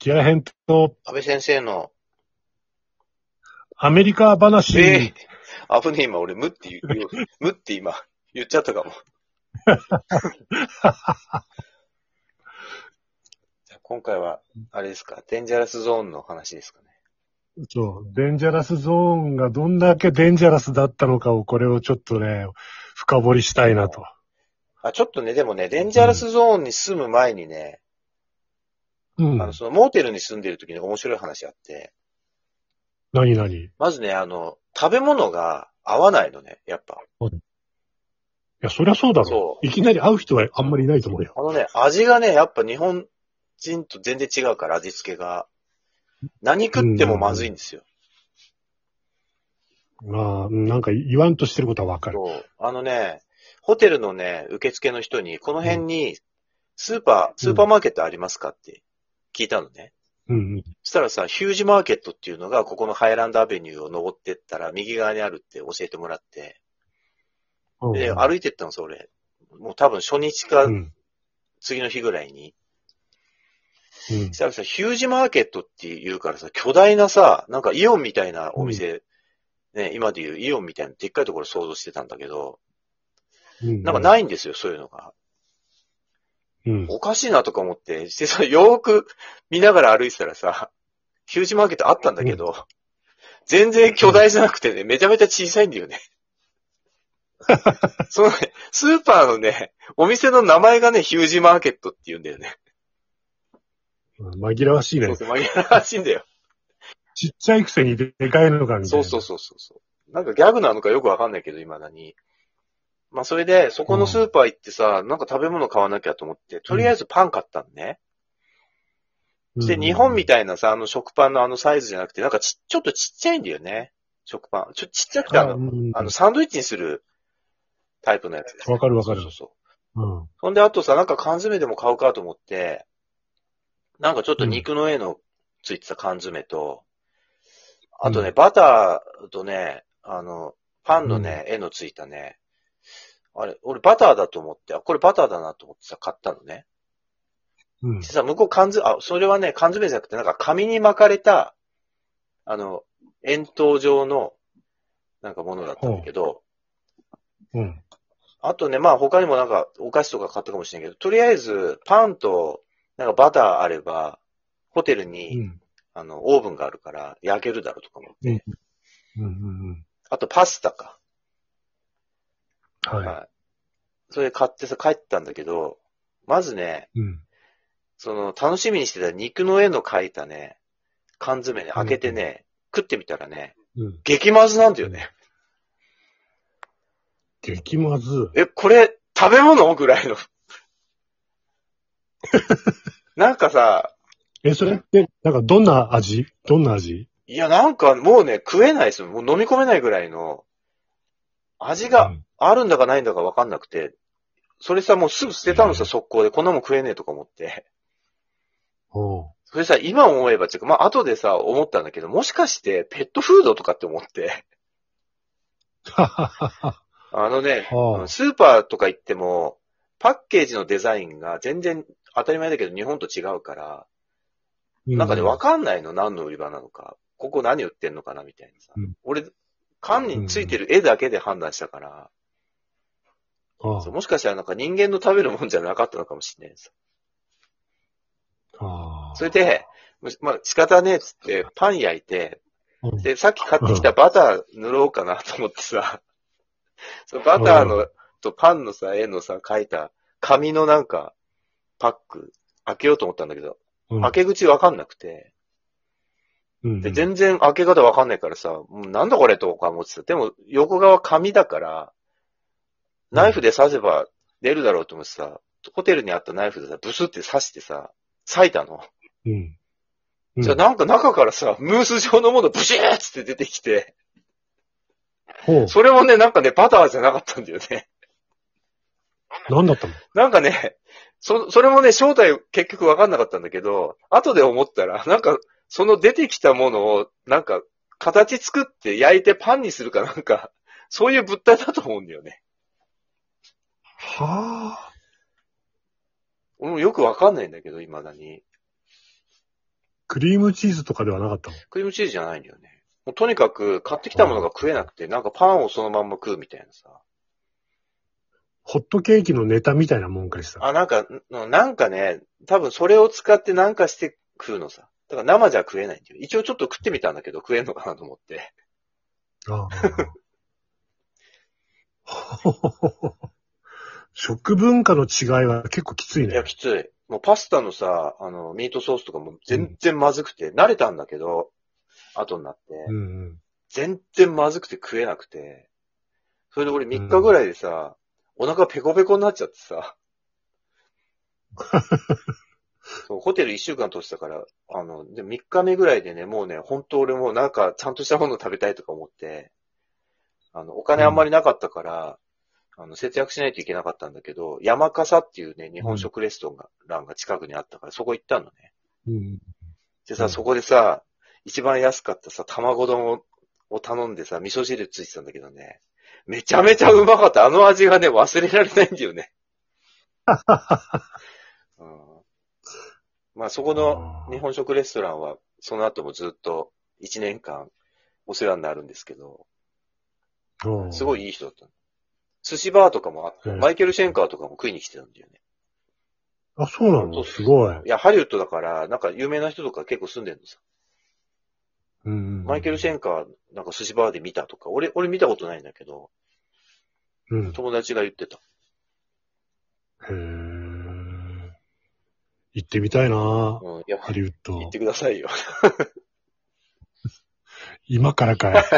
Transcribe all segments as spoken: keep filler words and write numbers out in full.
キアヘンと安倍先生の、 アメリカ話。 えー、危ねえ、今俺、無って言う、言う無って今、言っちゃったかも。じゃあ今回は、あれですか、デンジャラスゾーンの話ですかね。 そう、デンジャラスゾーンがどんだけデンジャラスだったのかを、これをちょっとね、深掘りしたいなと。 あ、ちょっとね、でもね、デンジャラスゾーンに住む前にね、 うん。 あの、そのモーテルに住んでる時に面白い話あって、 何何いまずね、あの、食べ物が合わないのね、やっぱ。 や、そりゃそうだろ。 そういきなり会う人はあんまりいないと思うよ。 あのね、味がね、やっぱ日本人と全然違うから、味付けが。何食ってもまずいんですよ。 まあ、なんか言わんとしてることはわかる。 そう。あのね、ホテルのね、受付の人に、この辺に、スーパー、スーパーマーケットありますかって聞いたのね。 うんうん。 そしたらさ、ヒュージマーケットっていうのが、ここのハイランドアベニューを登ってったら、右側にあるって教えてもらって、 うんで、歩いてったのさ、俺。もう多分初日かう、ん。 次の日ぐらいに。 うんそしたらさ、ヒュージマーケットって言うからさ、巨大なさ、なんかイオンみたいなお店、ね、今で言うイオンみたいなでっかいところ想像してたんだけど、 うん。 なんかないんですよ、そういうのが。 うん。 おかしいなとか思って、してさ、よーく見ながら歩いてたらさ、ヒュージマーケットあったんだけど、全然巨大じゃなくてね、めちゃめちゃ小さいんだよね。そのね、スーパーのね、お店の名前がね、ヒュージマーケットって言うんだよね。 紛らわしいね。 そうそう、紛らわしいんだよ。 ちっちゃいくせにでかいのかみたいな。 そうそうそうそうそう。なんかギャグなのかよくわかんないけど、未だに。まあ、それで、そこのスーパー行ってさ、なんか食べ物買わなきゃと思って、とりあえずパン買ったのね。 うん、 で、日本みたいなさ、あの食パンのあのサイズじゃなくて、なんかち、ちょっとちっちゃいんだよね。食パン。ちょ、ちっちゃくてあの、 あ、うん、 あの、サンドイッチにするタイプのやつです。 わかるわかる。 そうそうそう。 うん。 そんで、あとさ、なんか缶詰でも買うかと思って、なんかちょっと肉の絵のついてた缶詰と、あとね、 うんバターとね、あの、パンのね、絵のついたね、あれ、俺バターだと思って、あ、これバターだなと思ってさ、買ったのね。 うん。 でさ、向こう缶詰、あ、それはね、缶詰じゃなくて、なんか紙に巻かれた、あの、円筒状の、なんかものだったんだけど、 うん。 あとね、まあ他にもなんかお菓子とか買ったかもしれないけど、とりあえずパンとなんかバターあれば、ホテルに、 うん。 あの、オーブンがあるから焼けるだろうとか思って。 うん。うん。うん。 あとパスタか。 はい。 はい。それ買ってさ、帰ったんだけど、まずね、 うん。 その、楽しみにしてた肉の絵の描いたね、缶詰ね、開けてね、食ってみたらね、 うん。 激まずなんだよね。 激まず。 え、これ、食べ物ぐらいの。なんかさ、 え、それえ、なんかどんな味どんな味いや、なんかもうね、食えないですよ。もう飲み込めないぐらいの、味があるんだかないんだかわかんなくて、それさ、もうすぐ捨てたのさ、速攻で。こんなもん食えねえとか思って。 おう。 それさ、今思えば、ちょっと、まあ、後でさ、思ったんだけど、もしかして、ペットフードとかって思って。 はははは。 あのね、 はあ。 スーパーとか行っても、パッケージのデザインが全然当たり前だけど日本と違うから、なんかね、わかんないの、何の売り場なのか。ここ何売ってんのかなみたいなさ。 うん、 俺、缶についてる絵だけで判断したから、 ああそうもしかしたらなんか人間の食べるもんじゃなかったのかもしれないです。 ああ。 それで、まあ仕方ねえっつってパン焼いて、 うん、 で、さっき買ってきたバター塗ろうかなと思ってさ、そのバターのとパンのさ、絵のさ、描いた紙のなんかパック開けようと思ったんだけど、 うん、 開け口わかんなくて、 うん、 で、全然開け方わかんないからさ、もうなんだこれとか思ってた。でも横側紙だから、ナイフで刺せば出るだろうと思ってさ、ホテルにあったナイフでさ、ブスって刺してさ、裂いたの。 うんうん、 じゃあなんか中からさ、ムース状のものブシーッつって出てきて、 ほう。 それもね、なんかね、バターじゃなかったんだよね。 何だったのなんかね、そ、それもね、正体結局わかんなかったんだけど、後で思ったら、なんか、その出てきたものを、なんか、形作って焼いてパンにするかなんか、そういう物体だと思うんだよね。 はあ。 俺もよくわかんないんだけど、未だに。 クリームチーズとかではなかったの？ クリームチーズじゃないんだよね。もうとにかく買ってきたものが食えなくて、なんかパンをそのまんま食うみたいなさ。 ホットケーキのネタみたいなもんかしさ。 あ、なんか、なんかね、多分それを使ってなんかして食うのさ。だから生じゃ食えないんだよ。一応ちょっと食ってみたんだけど、食えんのかなと思って。 ああ食文化の違いは結構きついね。 いや、きつい。もうパスタのさ、あの、ミートソースとかも全然まずくて、うん、慣れたんだけど、後になって、 うんうん、 全然まずくて食えなくて、それで俺みっかぐらいでさ、うん、お腹ペコペコになっちゃってさ、そうホテルいっしゅうかんとしたから、あの、でみっかめぐらいでね、もうね、本当俺もうなんかちゃんとしたもの食べたいとか思って、あの、お金あんまりなかったから、うん、あの、節約しないといけなかったんだけど、山笠っていうね、日本食レストランが近くにあったから、そこ行ったのね。 うん、 でさ、そこでさ、一番安かったさ、卵丼をを頼んでさ、味噌汁ついてたんだけどね、めちゃめちゃうまかった。あの味がね、忘れられないんだよね。うん、まあそこの日本食レストランは、その後もずっといちねんかんお世話になるんですけど、すごいいい人だった。寿司バーとかもあって、マイケル・シェンカーとかも食いに来てたんだよね。 あ、そうなの？すごい。 いや、ハリウッドだから、なんか有名な人とか結構住んでるのさ。 うん、 マイケル・シェンカー、なんか寿司バーで見たとか、俺、俺見たことないんだけど、うん、友達が言ってた。 へー。行ってみたいなぁ、うん、いやハリウッド。 行ってくださいよ。 今からかい。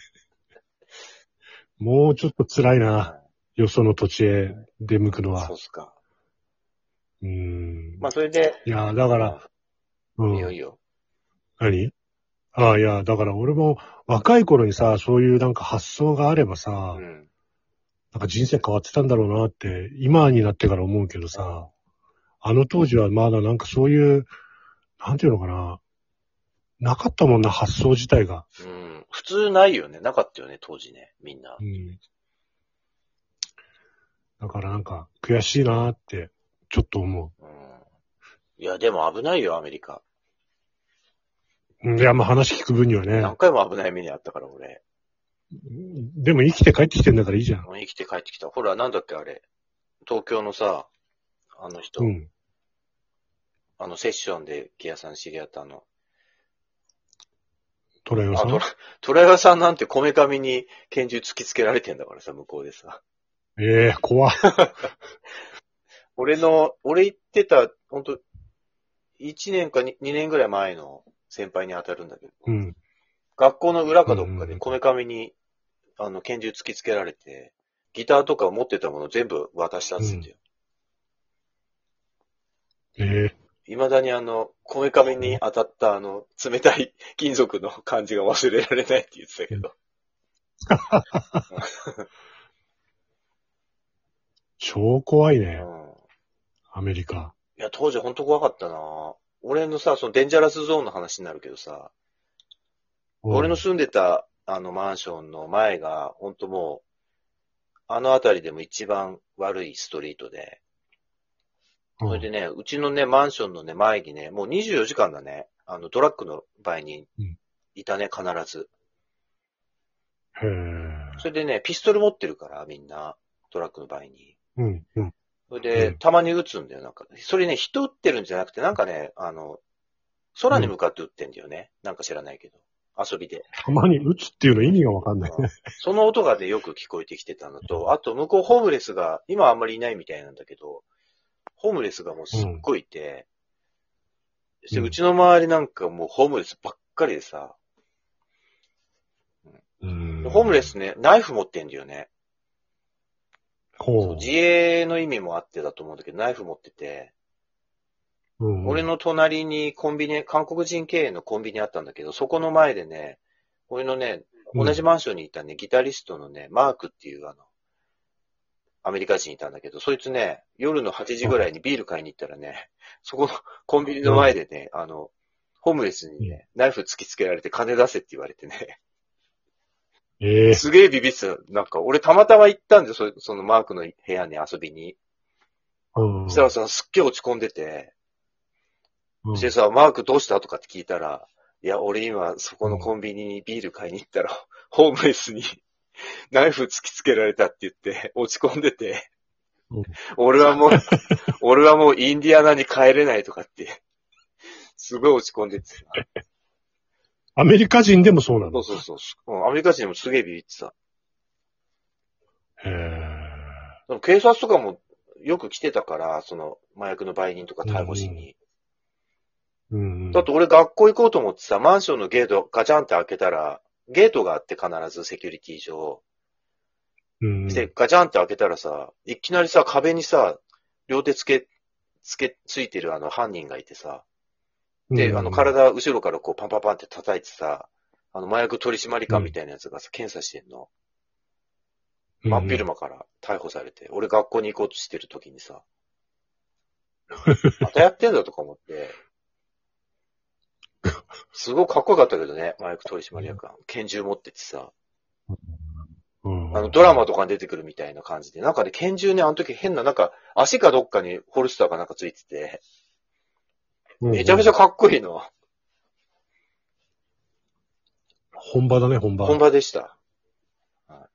もうちょっと辛いな。よその土地へ出向くのは。 そうっすか。 うーん。 まあ、それで。 いや、だから、 うん。いいよいいよ。 何？ああ、いや、だから俺も若い頃にさ、そういうなんか発想があればさ、うん、なんか人生変わってたんだろうなって、今になってから思うけどさ、あの当時はまだなんかそういう、なんていうのかな、なかったもんな、発想自体が。 うん。普通ないよね。なかったよね、当時ね、みんな。うん。 だからなんか、悔しいなーって、ちょっと思う。うん。 いや、でも危ないよ、アメリカ。 いや、まあ話聞く分にはね。 何回も危ない目にあったから、俺。 でも生きて帰ってきてんだからいいじゃん。 生きて帰ってきた。ほら、なんだっけ、あれ。東京のさ、あの人。うん。あの、セッションでギアさん知り合ったあの。 トライワさん？あ、 トライワさんなんてこめかみに拳銃突きつけられてんだからさ、向こうでさ。 ええー、怖っ。 俺の、俺行ってた、ほんと、いちねんか 2, 2年ぐらい前の先輩に当たるんだけど。うん。学校の裏かどっかでこめかみに、うん、あの、拳銃突きつけられて、ギターとか持ってたもの全部渡したっつってよ。 うん、ええー。 未だにあの、こめかみに当たったあの、冷たい金属の感じが忘れられないって言ってたけど。 超怖いね。うん、アメリカ。 いや、当時ほんと怖かったな。俺のさ、そのデンジャラスゾーンの話になるけどさ、うん、俺の住んでたあのマンションの前が、ほんともう、あの辺りでも一番悪いストリートで、それでね、うちのね、マンションのね、前にね、もうにじゅうよじかんだね、あの、トラックの前にいたね、必ず。 へー。 それでね、ピストル持ってるから、みんな、トラックの前に。 うん、うん。 それで、たまに撃つんだよ、なんか。それね、人撃ってるんじゃなくて、なんかね、あの、空に向かって撃ってんだよね。うん、なんか知らないけど。遊びで。 たまに撃つっていうの意味がわかんないね。 その音がね、よく聞こえてきてたのと、あと、向こうホームレスが、今はあんまりいないみたいなんだけど、ホームレスがもうすっごいいて、うん、うちの周りなんかもうホームレスばっかりでさ、うん、ホームレスね、ナイフ持ってんだよね。自衛の意味もあってだと思うんだけど、ナイフ持ってて、うんうん、俺の隣にコンビニ、韓国人経営のコンビニあったんだけど、そこの前でね、俺のね、同じマンションにいたね、ギタリストのね、マークっていうあの、アメリカ人いたんだけど、そいつね、夜のはちじぐらいにビール買いに行ったらね、そこのコンビニの前でね、あの、ホームレスにね、ナイフ突きつけられて金出せって言われてね。えー、すげえビビってた。なんか、俺たまたま行ったんで、そそのマークの部屋に遊びに。うん、そしたらさ、すっげえ落ち込んでて、 うん、 そしてさ、マークどうしたとかって聞いたら、いや、俺今そこのコンビニにビール買いに行ったら、うん、ホームレスにナイフ突きつけられたって言って落ち込んでて、うん、俺はもう、俺はもうインディアナに帰れないとかって、すごい落ち込んでてさ。 アメリカ人でもそうなの？ そうそうそう、うん。アメリカ人でもすげえビビってた。 へー。でも警察とかもよく来てたから、その麻薬の売人とか逮捕しに。 うんうん、 だって俺学校行こうと思ってさ、マンションのゲートガチャンって開けたら、ゲートがあって必ずセキュリティ上。うん、で、ガチャンって開けたらさ、いきなりさ、壁にさ、両手つけ、つけ、ついてるあの犯人がいてさ、で、うん、あの体後ろからこうパンパンパンって叩いてさ、あの麻薬取締官みたいなやつがさ、検査してんの。うん、真っ昼間から逮捕されて、俺学校に行こうとしてる時にさ、またやってんだとか思って、すごいかっこよかったけどね、麻薬取締官。拳銃持っててさ、うん、あのドラマとかに出てくるみたいな感じで、なんかね、拳銃ね、あの時変な、なんか足かどっかにホルスターがなんかついてて、めちゃめちゃかっこいいの。 本場だね、本場。 本場でした。 はい、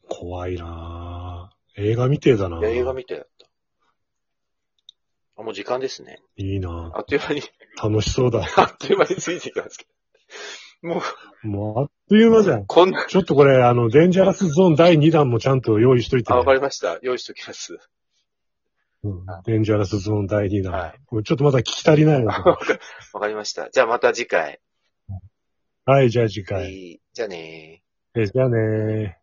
怖いなぁ。映画みてえだなぁ。 いや、映画みてえだった。あ、もう時間ですね。 いいなぁ。 あっという間に。 楽しそうだ。 あっという間についていきますけど。もう。もうあっという間じゃん。 こんな。 ちょっとこれ、あの、デンジャラスゾーンだいにだんもちゃんと用意しといて、ね。 あ、わかりました。用意しときます。 うん、デンジャラスゾーンだいにだん。はい。ちょっとまだ聞き足りないな。 わかりました。じゃあまた次回。 はい、じゃあ次回。 はい、じゃあねー。え、じゃあねー。